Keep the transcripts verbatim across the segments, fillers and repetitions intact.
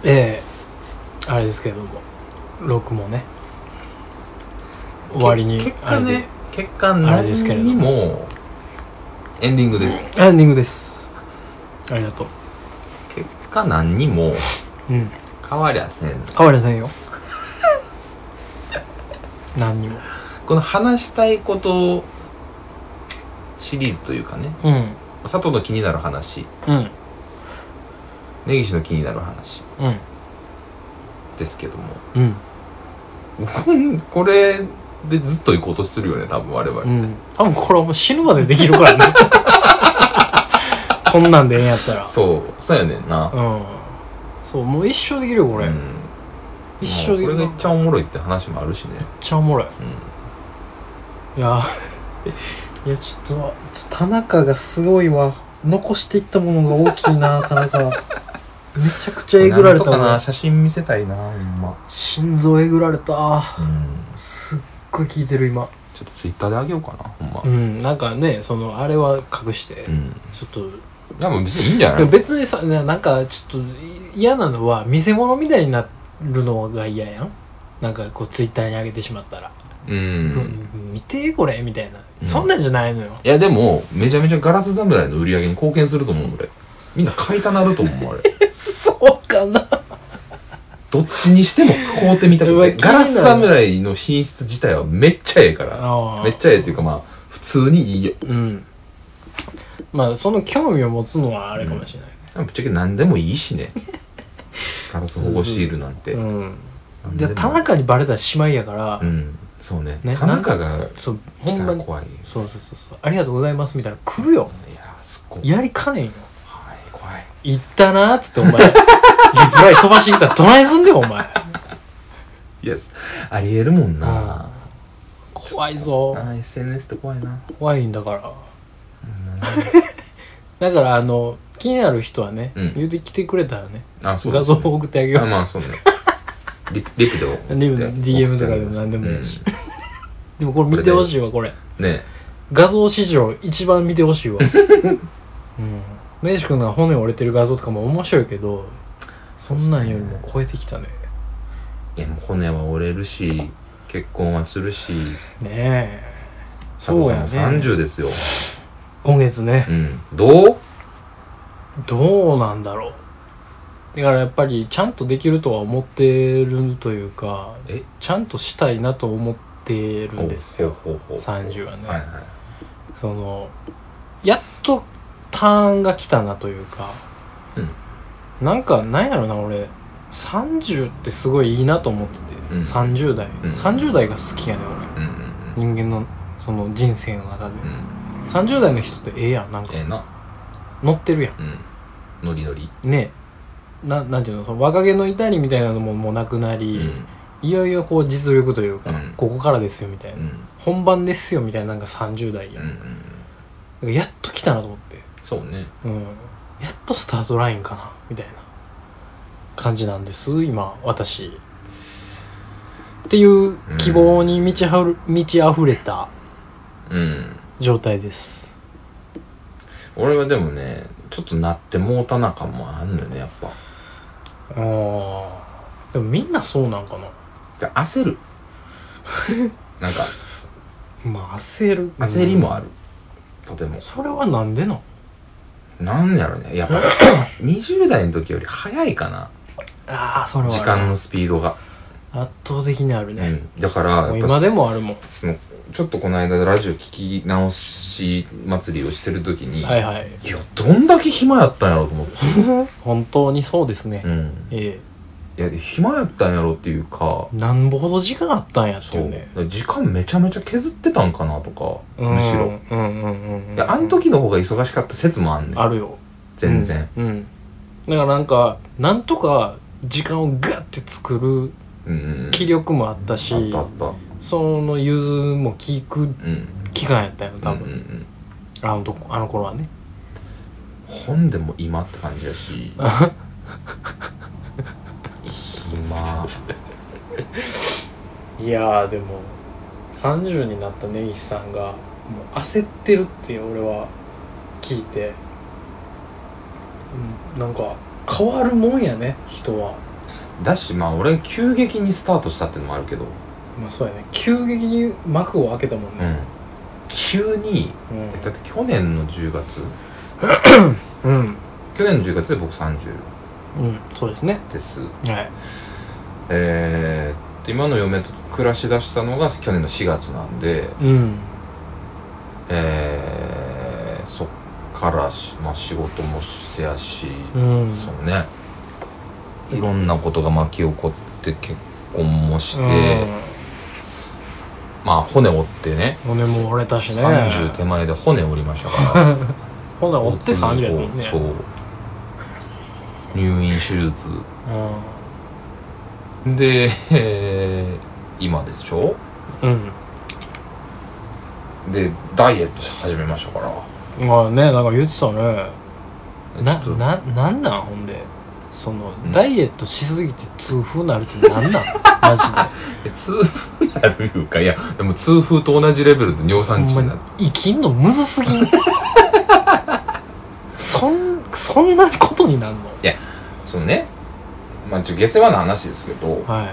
ええー、あれですけれどもろくもね終わりに結果ね結果何にもエンディングです。 エンディングです。ありがとう。 結果何にもうん変わりゃせん、 変わりませんよ何にも。 この話したいことシリーズというかね、 うん佐藤の気になる話、 うん根岸の気になる話うんですけども、 うんこれでずっと行こうとするよね多分我々、 うん、多分これはもう死ぬまでできるからねこんなんでええんやったら。 そうそうやねんな。 うんそうもう一生できるよこれ、うん、一生できる。 これがいっちゃおもろいって話もあるしね。 めっちゃおもろい、 うん、 いやいやちょっとちょっと田中がすごいわ。残していったものが大きいな田中めちゃくちゃえぐられたわ。 なんとかな写真見せたいなほんま。 心臓えぐられた、うん、すっごい聞いてる今。 ちょっとツイッターであげようかなほんま。 うんなんかねそのあれは隠して、うん、ちょっといやもう別にいいんじゃない。 別にさなんかちょっと嫌なのは見せ物みたいになるのが嫌やん。なんかこうツイッターに上げてしまったらうん、うん、見てこれみたいな、うん、そんなんじゃないのよ。 いやでもめちゃめちゃガラス侍の売り上げに貢献すると思う俺。みんな買いたなると思うあれそうかな。 どっちにしても買うてみたくてガラス侍の品質自体はめっちゃええからめっちゃええっていうかまあ普通にいいよ。うんまあその興味を持つのはあれかもしれないね、 うん、ぶっちゃけ何でもいいしねガラス保護シールなんて、うんじゃあ田中にバレたらしまいやから、 うん、そうね。ね田中がそう来たら怖い。 そうそうそうそうありがとうございますみたいな来るよ。 いやすっごいやりかねんよ。 はい怖い。 行ったなーっつってお前リプライ飛ばしてきたらどないすんでんお前。 いやありえるもんな。 怖いぞあ エスエヌエス って怖いな。 怖いんだから、うん、だからあの気になる人はね、うん、言うてきてくれたらね、あそうですね、画像を送ってあげよう。 あまあそうねリプリプでもディーエム とかでも何でもいいし、うん、でもこれ見てほしいわこれね。画像史上一番見てほしいわうん根岸君が骨折れてる画像とかも面白いけどそんなんよりも超えてきたね。 いやもう骨は折れるし結婚はするしねえ。 そうやね。さんじゅうですよ今月ね。 うんどうどうなんだろう。だからやっぱりちゃんとできるとは思ってるというかえちゃんとしたいなと思ってるんですよ。ほうほうほうさんじゅうはね、はいはい、そのやっとターンが来たなというか、うん、なんかなんやろな俺さんじゅうってすごいいいなと思ってて、うん、さんじゅう代、うん、さんじゅう代が好きやね俺、うんうんうん、人間のその人生の中で、うん、さんじゅう代の人ってええやんなんか、ええな乗ってるやん、うん、ノリノリねえな, なんていうのその若気の至りみたいなのももうなくなり、うん、いよいよこう実力というか、うん、ここからですよみたいな、うん、本番ですよみたいなのがさんじゅう代や、うんうん、やっと来たなと思って。そうね、うん、やっとスタートラインかなみたいな感じなんです今私っていう希望に満ちあふ、満ち溢れた状態です、うん、俺はでもねちょっとなってもうたな感もあんのよねやっぱ。あでもみんなそうなんかな。じゃ焦るなんかまあ焦る焦りもある、うん、とても。それはなんでのなんやろねやっぱにじゅう代の時より早いかな。ああそれは時間のスピードが圧倒的にあるね、うん、だからやっぱ今でもあるもん。そのちょっとこの間ラジオ聞き直し祭りをしてる時に、はいはい、いやどんだけ暇やったんやろうと思って本当にそうですね、うんええ、いや暇やったんやろっていうかなんぼほど時間あったんやっていうね。そう時間めちゃめちゃ削ってたんかなとか、むしろうんうんうんうんいやあの時の方が忙しかった説もあんねん。あるよ全然、うんうん、だからなんかなんとか時間をガッて作る気力もあったし、うんうん、あったあったその融通も効く期間やったよ多分、うんうんうん、あのとこあの頃はね。本でも今って感じやし今いやーでもさんじゅうになった根岸さんがもう焦ってるって俺は聞いて、うん、なんか変わるもんやね人は。 だしまあ俺急激にスタートしたっていうのもあるけど、 まあそうやね、急激に幕を開けたもんね、 うん、急に、うん、だって去年のじゅうがつうん去年のじゅうがつで僕さんじゅううんそうですねです、 はい、 えー、今の嫁と暮らしだしたのが去年のしがつなんで、うん、えー、そっから、まあ、仕事もせやし、うん、そうねいろんなことが巻き起こって結婚もして、うん、まあ骨折ってね骨も折れたしねさんじゅう手前で骨折りましたから骨折ってさんじゅうやもんね。 そう入院手術、うん、で、えー、今ですでしょ、うんでダイエット始めましたからああねなんか言ってたねな、な、なんなんほんでその、うん、ダイエットしすぎて痛風なるってなんなんマジで痛風なるいうかいやでも痛風と同じレベルで尿酸値になる生きんのむずすぎんそんそんなことになるのいやそのねまあちょ下世話な話ですけど、はい、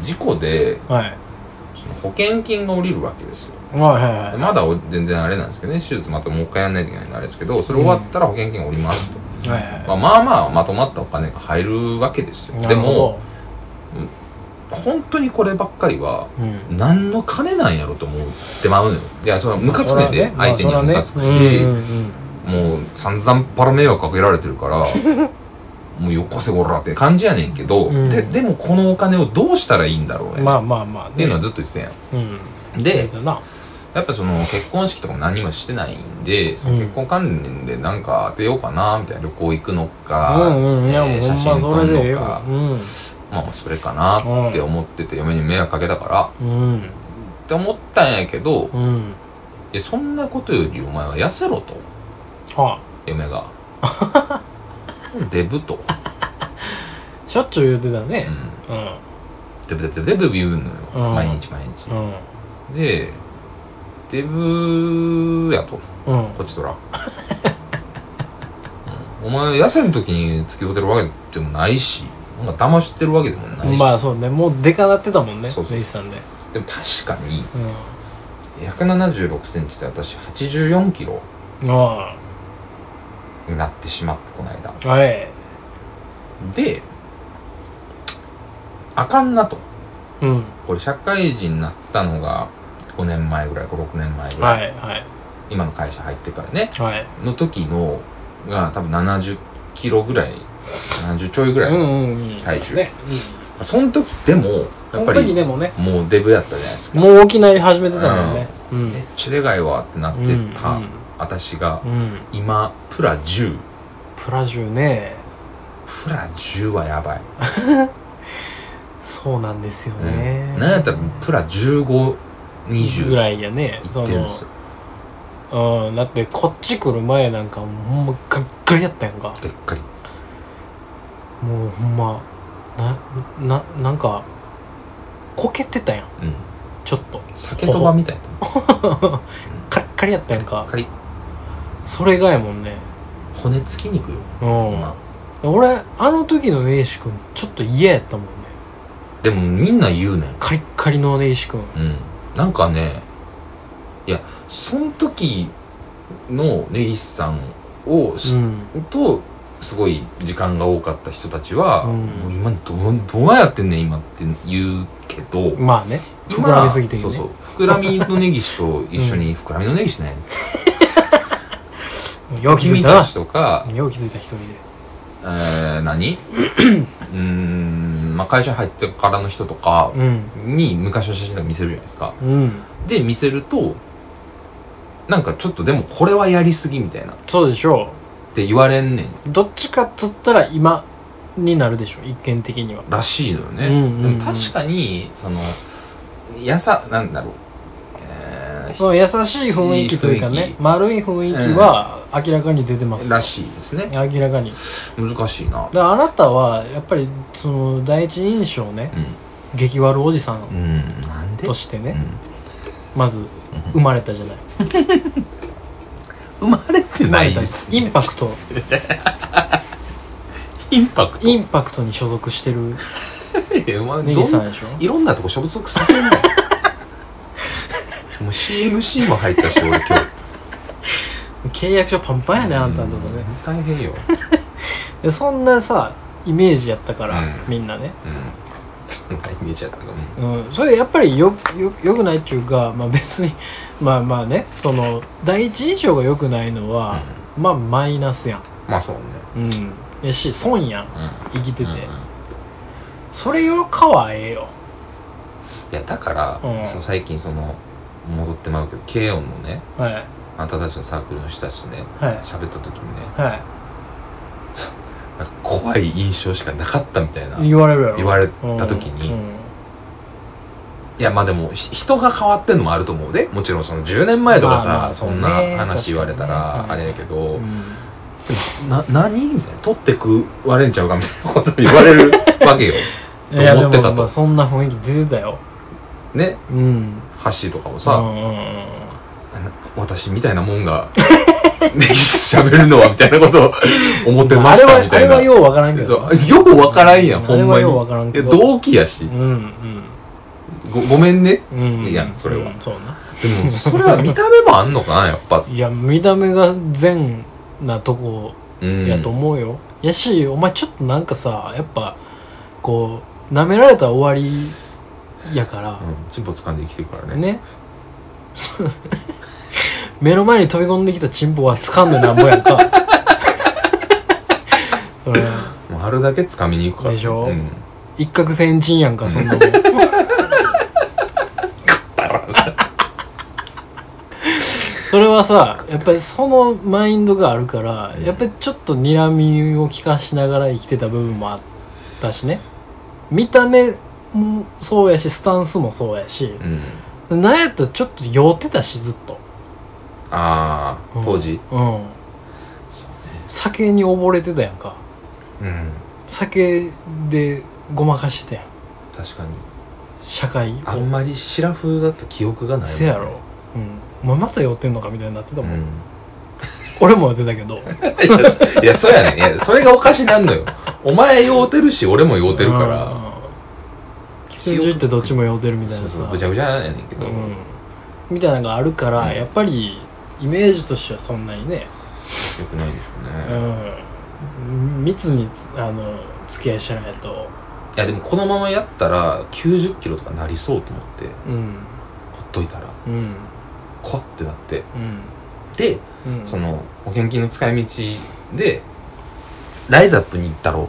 事故で、はい、その保険金が下りるわけですよ、はいはいはい、まだ全然あれなんですけどね手術またもう一回やんないといけないんであれですけどそれ終わったら保険金が下りますと、うんはいはいまあ、まあまあまとまったお金が入るわけですよでも本当にこればっかりは、うん、何の金なんやろと思ってまうのよいやそれはムカつくねんで、ね、相手にはムカつくし、まあねうんうんうん、もう散々パラ迷惑かけられてるからもうよこせごらって感じやねんけど、うん、で, でもこのお金をどうしたらいいんだろうねまあまあまあ、ね、 っていうのはずっと言ってたやん、うん、でやっぱその結婚式とかも何もしてないんでその結婚関連で何か当てようかなみたいな旅行行くのか、うんうんえー、写真撮るのか、うん、まあそれかなって思ってて嫁に迷惑かけたから、うん、って思ったんやけど、うん、いやそんなことよりお前は痩せろと、はあ、嫁がデブとしょっちゅう言ってたね、 うんうん、デブデブデブデブ言うのよ、うん、毎日毎日、うん、でデブやと、うん、こっちとら、うん、お前痩せん時に付き合ってるわけでもないしなんか騙してるわけでもないしまあそうねもうデカなってたもんねそうそうネイさんででも確かに、うん、ひゃくななじゅうろくセンチで私はちじゅうよんキロになってしまってこの間はいであかんなと、うん、これ社会人になったのがごねんまえぐらいごろくねんまえぐらい、はいはい、今の会社入ってからね、はい、の時のが多分ななじゅっキロぐらいななじゅうちょいぐらいの体重、うんうんねうん、その時でもやっぱり、ね、もうデブやったじゃないですかもう沖縄に始めてたもんね、 うんうん、めっちゃでかいわってなってた、うんうん、私が、うん、今プラじゅうプラじゅうねプラじゅうはやばいそうなんですよね、 うん、なんやったらプラじゅうご、にじゅうぐらいやねいってるんですようん、だってこっち来る前なんかほんまガッガリやったやんかでっかりもうほんまな、な、なんかこけてたやん、うん、ちょっと酒とばみたいなカリッカリやったやんかカリッそれがやもんね骨付き肉よ、うん、 俺あの時の根岸君ちょっと嫌やったもんねでもみんな言うねんカリッカリの根岸君うんなんかねいやその時の根岸さんを、うん、とすごい時間が多かった人たちは、うん、もう今どどうやってんねん今って言うけどまあね膨らみすぎていいねそうそう膨らみの根岸と一緒に、うん、膨らみの根岸ねよう気づいた君たちとかよう気づいた一人でえー、何うーん、まあ、会社入ってからの人とかに昔の写真とか見せるじゃないですか、うん、で見せるとなんかちょっとでもこれはやりすぎみたいなそうでしょうって言われんねんどっちかっつったら今になるでしょ一見的にはらしいのよね、うんうんうん、でも確かにそのやさなんだろうその優しい雰囲気というかね丸い雰囲気は明らかに出てます、 うん、らしいですね明らかに難しいなだからあなたはやっぱりその第一印象ね、うん、激悪おじさんとしてね、うん、まず生まれたじゃない生まれてないです、 ね、インパクトインパクトインパクトに所属してるえお前根岸さんでしょ。 いろんなとこ所属させんのもう シーエムシー も入ったし俺今日契約書パンパンやね、あんたのとこね。 大変よでそんなさイメージやったから、うん、みんなね、 うん、そんなイメージやったから、 うん、うん、それやっぱりよよよくないっていうか、まあ別にまあまあね、その第一印象が良くないのは、うん、まあマイナスやん。 まあそうね。 うん。やし損やん、うん、生きてて、うんうん、それよりかはええよ。 いやだから、うん、その最近その戻ってまうけど軽音のね、はい、あんたたちのサークルの人たちとね喋、はい、った時にね、はい、なんか怖い印象しかなかったみたいな言われるやろ言われた時に、うんうん、いやまあでも人が変わってんのもあると思うで、もちろんそのじゅうねんまえとかさ、まあまあそんな話言われたらあれやけど、うん、な何みたいな取って食われんちゃうかみたいなこと言われるわけよと思ってたと。いやでもまあそんな雰囲気出てたよね、うん、橋とかもさ、うんうんうん、私みたいなもんが喋るのはみたいなことを思ってましたみたいな。 あれはようわからんけど、 ようわからんやん、ほんまに。 あれはようわからんけど同期やし、うんうん、ご, ごめんね、うん、いやそれは、 うん、そうな。 でもそれは見た目もあんのかなやっぱ。 いや見た目が善なとこやと思うよ、うん、やしお前ちょっとなんかさやっぱこう舐められたら終わりやから、うん、 チンポ掴んで生きてるからね。 ね目の前に飛び込んできたチンポは掴んでなんぼやんかそれもうあるだけ掴みに行くからでしょ、うん、一攫千金やんかそんなもんそれはさやっぱりそのマインドがあるから、うん、やっぱりちょっと睨みを利かしながら生きてた部分もあったしね。見た目もそうやしスタンスもそうやし、うん、なんやったらちょっと酔ってたしずっと。 ああ、うん、当時うんそうね。 酒に溺れてたやんか、うん、酒でごまかしてたやん。 確かに社会あんまりシラフだった記憶がないもんね。 せやろ、うん、お前また酔ってんのかみたいになってたもん、うん、俺も酔ってたけどいや、いやそうやねん。いやそれがおかしなんのよ。お前酔うてるし俺も酔うてるから寄生獣ってどっちも酔うてるみたいなさ、 そうそうぐちゃぐちゃなんやねんけど、うん、 みたいなのがあるから、うん、やっぱりイメージとしてはそんなにね良くないですよね、 うん、密にあの付き合いしないと。 いやでもこのままやったらきゅうじゅっキロとかなりそうと思って、うん、ほっといたら、うん、怖ってなって、うん、で、うん、その保険金の使い道でライズアップに行ったろうって、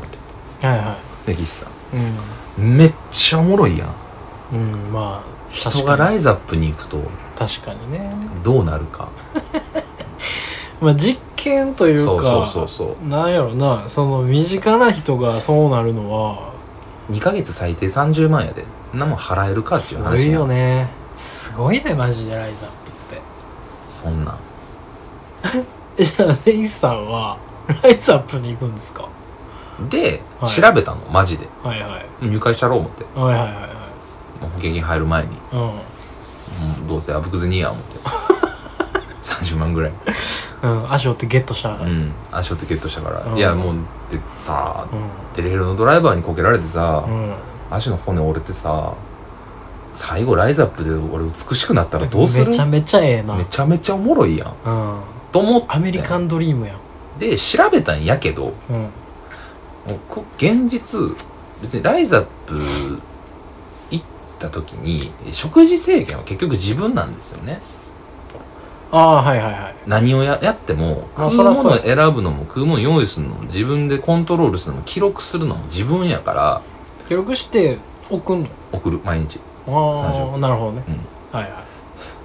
はいはい、根岸さん、うん、めっちゃおもろいやん、うん、まあ人がライズアップに行くと確かにねどうなるかまあ実験というか、そうそうそうそうなんやろな、その身近な人がそうなるのはにかげつ最低さんじゅうまんやで、んなもん払えるかっていう話やん。 すごいよね、すごいねマジでライズアップって。 そんなんえじゃあネイスさんはライズアップに行くんですか。 で、はい、調べたのマジで、はいはい、入会したろう思って、はいはいはいはい、保険金入る前に、うん、もうどうせあぶくぜにや思ってさんじゅうまんぐらい、 うん、足折ってゲットしたから、 うん、足折ってゲットしたから、うん、いやもうでさ、うん、テレヘルのドライバーにこけられてさ、うん、足の骨折れてさ、最後ライズアップで俺美しくなったらどうする。 めちゃめちゃええな、 めちゃめちゃおもろいやん、うん、と思ってアメリカンドリームやん。 で調べたんやけど、うん、もう現実別にライズアップ行った時に食事制限は結局自分なんですよね。 ああはいはいはい。 何を や, やっても食うものを選ぶのも食うもの用意するのも自分でコントロールするのも記録するのも自分やから。 記録して送るの。 送る毎日。 ああなるほどね、うん、はいはい。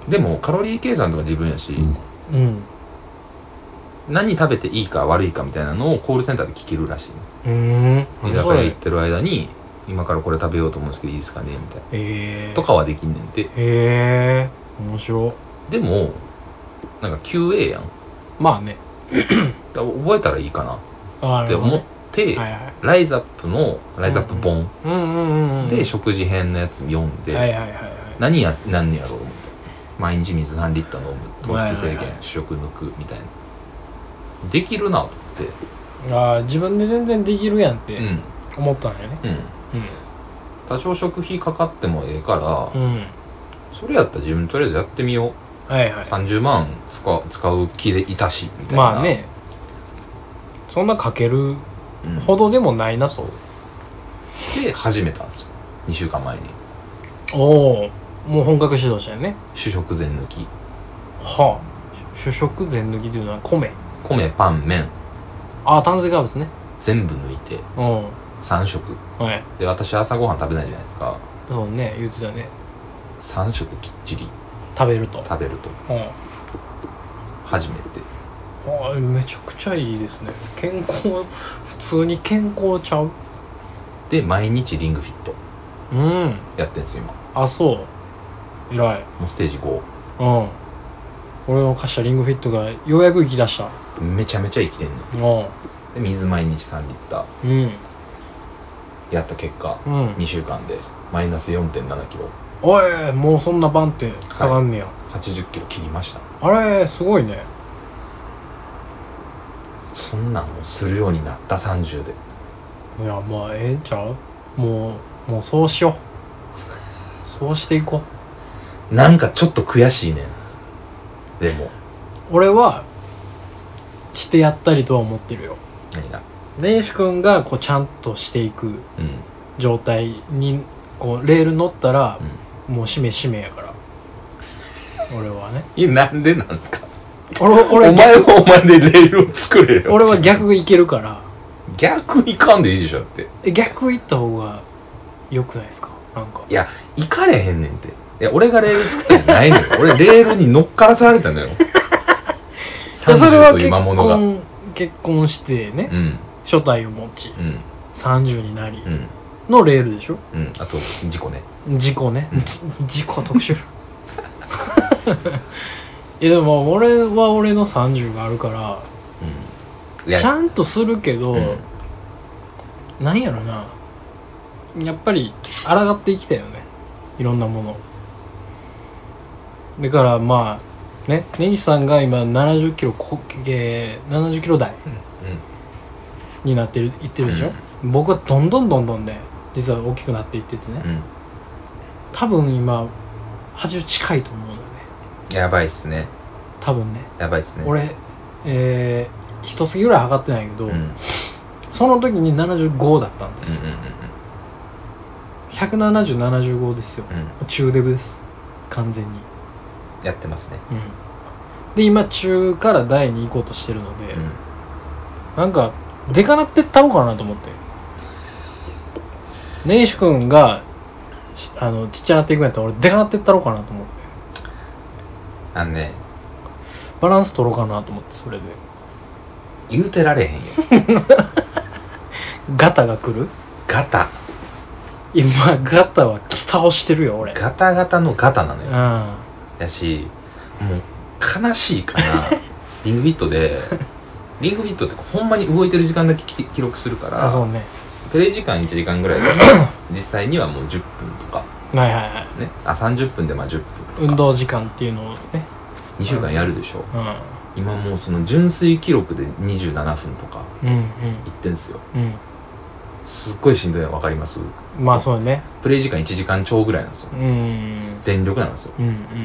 でもカロリー計算とか自分やし、うん、うん、何食べていいか悪いかみたいなのをコールセンターで聞けるらしい。うーん居酒屋行ってる間に今からこれ食べようと思うんですけどいいですかねみたいな、えー、とかはできんねんて。へえー、面白い。でもなんか キューエー やん。 まあね覚えたらいいかなって思って、はいはい、ライズアップのライズアップ本で食事編のやつ読んで、はいはいはいはい、何や何やろう思って、毎日水さんリッター飲む、糖質制限、はいはいはい、主食抜くみたいなできるなと思って。 ああ自分で全然できるやんって思ったんやね、 うん、うん、 多少食費かかってもええから、 うん、 それやったら自分とりあえずやってみよう、はいはい、 さんじゅうまん使う、使う気でいたしみたいな。 まあね、そんなかけるほどでもないなと、 うん、で始めたんですよ、にしゅうかんまえに。 おお、もう本格指導したよね。 主食全抜き。 はあ、主食全抜きっていうのは米米、パン、麺、 ああ、炭水化物ね、 全部抜いてさん食、 はい、 で私朝ごはん食べないじゃないですか。 そうね、言ってたね。 さん食きっちり食べると食べると、 うん、 初めて。 ああ、めちゃくちゃいいですね。健康、普通に健康ちゃう。 で毎日リングフィットうんやってんすよ今。 あ、そう偉い。 もうステージご。 うん、俺の貸したリングフィットがようやく生き出した。 めちゃめちゃ生きてんの。で水毎日さんリッター、うん、やった結果、うん、にしゅうかんでマイナス よんてんななキロ。 おい、もうそんなバンって下がんねや、はい、 はちじゅっキロ切りました。 あれすごいね。 そんなんをするようになった。さんじゅうで。 いや、まあええんちゃう。もうもうそうしようそうしていこう。なんかちょっと悔しいねん。でも俺はしてやったりとは思ってるよ。 何が？ 根岸君がこうちゃんとしていく状態にこうレール乗ったら、うん、もうしめしめやから俺はね。 いや、なんでなんですか。 俺俺お前はお前でレールを作れる。 俺は逆いけるから。 逆いかんでいいでしょって。 え、逆いった方が良くないですか。なんかいや、いかれへんねんって。いや、俺がレール作ったんじゃないのよ俺レールに乗っからされたのよさんじゅうという魔物が。 結婚してね、うん、初体を持ち、うん、さんじゅうになりのレールでしょ、 うん、あと事故ね事故ね、うん、事故特殊いやでも俺は俺のさんじゅうがあるから、うん、ちゃんとするけど、うん、なんやろな、やっぱり抗っていきたいよね、いろんなものだから。まあね、根岸さんが今ななじゅっキロ、えー、ななじゅっキロ台になってる、いってるでしょ、うん、僕はどんどんどんどんね、実は大きくなっていっててね、うん、多分今はちじゅう近いと思うのよね。 やばいっすね、 多分ね。 やばいっすね。 俺えー、一月ぐらい測ってないけど、うん、その時にななじゅうごだったんですよ、うんうんうん、ひゃくななじゅう、ななじゅうごですよ、うん、中デブです、完全にやってますね、うん、 で今中から大に行こうとしてるので、うん、なんかでかなってったのかなと思って。根岸君があのちっちゃなっていくんやったら俺でかなってったのかなと思って、 あのね、 バランス取ろうかなと思って。それで言うてられへんよガタが来る。 ガタ、 今ガタは来倒してるよ俺。 ガタガタのガタなのよ、 うんやし、もう悲しいかなリングフィットでリングフィットってほんまに動いてる時間だけ記録するから、 あ、そうね、 プレイ時間いちじかんぐらいで実際にはもうじゅっぷんとか、 はいはいはい、ね、 あさんじゅっぷんでまあじゅっぷんとか運動時間っていうのをねにしゅうかんやるでしょ、うん、今もうその純粋記録でにじゅうななふんとかいってんすよ、うんうん、すっごいしんどいの分かります？ まあそうね、 プレイ時間いちじかん超ぐらいなんですよ、うん、全力なんですよ、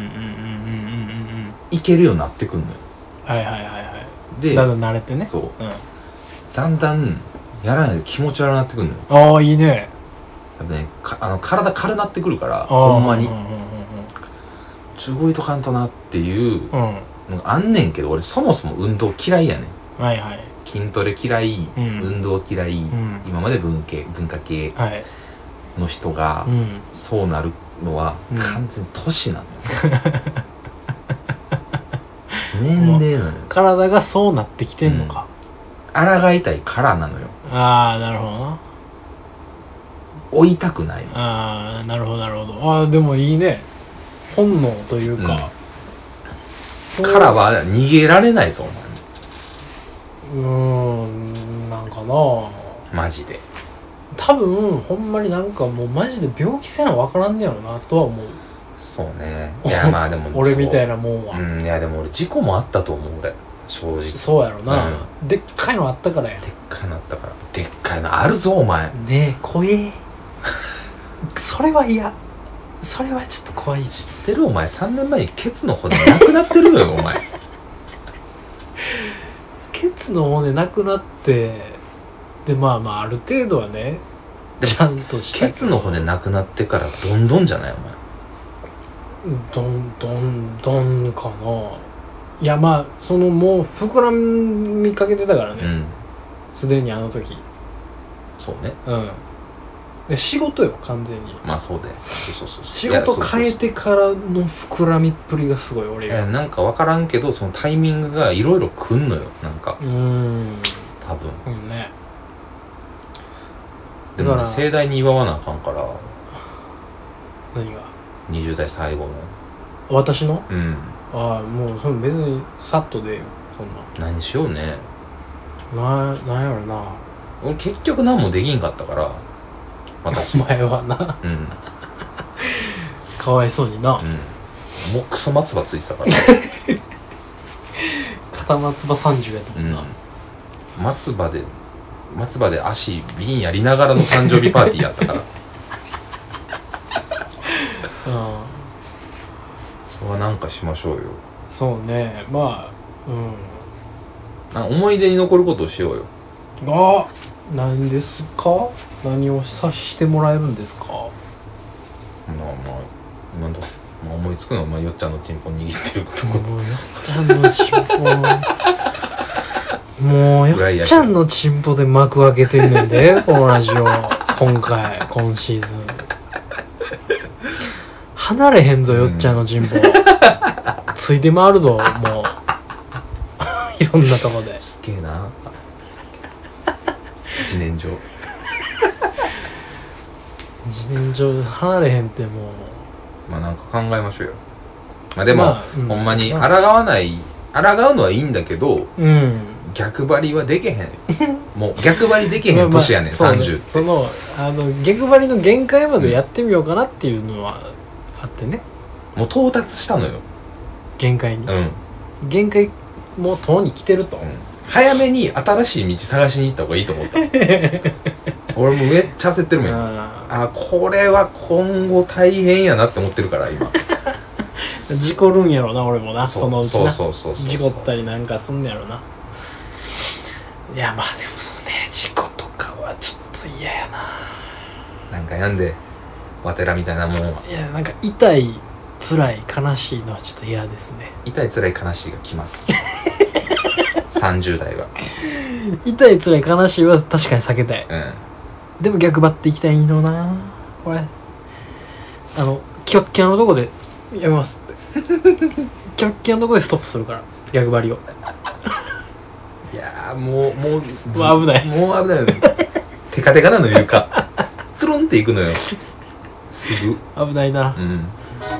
いけるようになってくんのよ。 はいはいはいはい。でだんだん慣れてね、 そう、うん、だんだんやらないと気持ち悪くなってくんのよ。 ああいいね。やっぱね、あの体軽なってくるからほんまに、うんうんうんうん、すごいとかんとなっていうのがあんねんけど、俺そもそも運動嫌いやねん。 はいはい。 筋トレ嫌い、うん、運動嫌い、うん、今まで文系文化系の人がそうなるのは完全に年なのよ、うん、年齢なのよ。 体がそうなってきてんのか、 うん、抗いたいからなのよ。 ああなるほどな。 追いたくないの。 ああなるほどなるほど。ああでもいいね、本能というか、 うん、からは逃げられないそうなの。 うーん、なんかなマジで多分ほんまになんかもうマジで病気せな分からんねやろなとは思う。 そうね。いやまあでも俺みたいなもんは、 うん、いやでも俺事故もあったと思う。俺正直そうやろな、うん、でっかいのあったからや。 でっかいのあったから。でっかいのあるぞお前。 ねえ怖えそれは嫌。それはちょっと怖いし。 知ってる？お前さんねんまえにケツの骨なくなってるよお前。 ケツの骨なくなってでまあまあある程度はねちゃんとしたケツの骨なくなってからどんどんじゃないお前。どんどんどんかな。いやまあそのもう膨らみかけてたからねすで、うん、にあの時。 そうね。 うんで仕事よ完全に。 まあそうだよ。そうそうそうそう。 仕事変えてからの膨らみっぷりがすごい俺が。 なんか分からんけどそのタイミングがいろいろ来んのよなんか。 うーん多分。 うんね。 でもね盛大に祝わなあかんから。 何が？ にじゅう代最後の。 私の？ うん。 ああもうその別にさっとでよそんな。 何しようね。 ななんやろな。 俺結局何もできんかったから。 私お前はな、 うん、 かわいそうにな、うん、 もうクソ松葉ついてたから片松葉さんじゅうやと思うな、 うん、松葉で松葉で足ビンやりながらの誕生日パーティーやったからうんそれはなんかしましょうよ。 そうねまあうんなんか思い出に残ることをしようよ。 あ何ですか？何をさしてもらえるんですか？まあまあ今のとこ、まあ、思いつくのは、まあ、よっちゃんのチンポ握ってることもうよっちゃんのチンポもうよっちゃんのチンポで幕開けてんねんでこのラジオ今回今シーズン離れへんぞよっちゃんのチンポ、うん、ついて回るぞもういろんなとこですげえな自然薯自然薯離れへんってもうまあなんか考えましょうよ。まあでも、まあうん、ほんまに抗わない抗うのはいいんだけど、うん、逆張りはできへんもう逆張りできへん年やねん、まあまあ、さんじゅうってそのあの逆張りの限界までやってみようかなっていうのはあってね、 うん、もう到達したのよ限界に、 うん、 限界もうとうに来てると、うん早めに新しい道探しに行った方がいいと思った俺もめっちゃ焦ってるもんああこれは今後大変やなって思ってるから今事故るんやろな俺もな そ, そのうちなそうそうそうそう事故ったりなんかすんやろないやまあでもそうね事故とかはちょっと嫌やななんかやんでわてらみたいなもんはいやなんか痛い辛い悲しいのはちょっと嫌ですね。 痛い辛い悲しいが来ますさんじゅう代は痛い辛い悲しいは確かに避けたい、うん、でも逆張っていきたいのなこれあのキワッキワのとこでやめますってキワッキワのとこでストップするから逆張りをいやーもうもうもう危ないもう危ないよねテカテカなの床ツルンっていくのよすぐ危ないなうん、うん、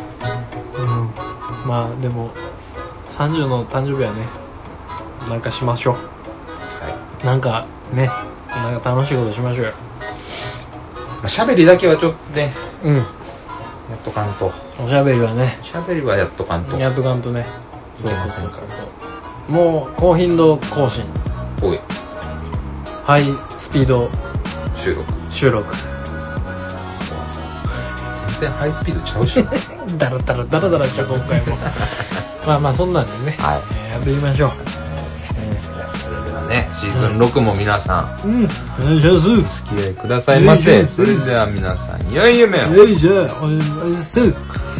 まあでもさんじゅうの誕生日はねなんかしましょう、はい、なんかねなんか楽しいことしましょうよ。 まあ、しゃべりだけはちょっとねうんやっとかんとおしゃべりはねしゃべりはやっとかんとやっとかんとねそうそうそうそうそうもう高頻度更新おいハイスピード収録収録全然ハイスピードちゃうしダラダラダラダラしちゃう今回もまあまあそんなんでね、はいえー、やっていきましょう、 えー、それではねシーズンろくも皆さん、うん、お願いしますお付き合いくださいませ。それでは皆さん良い夢を。 よいしょお願いします。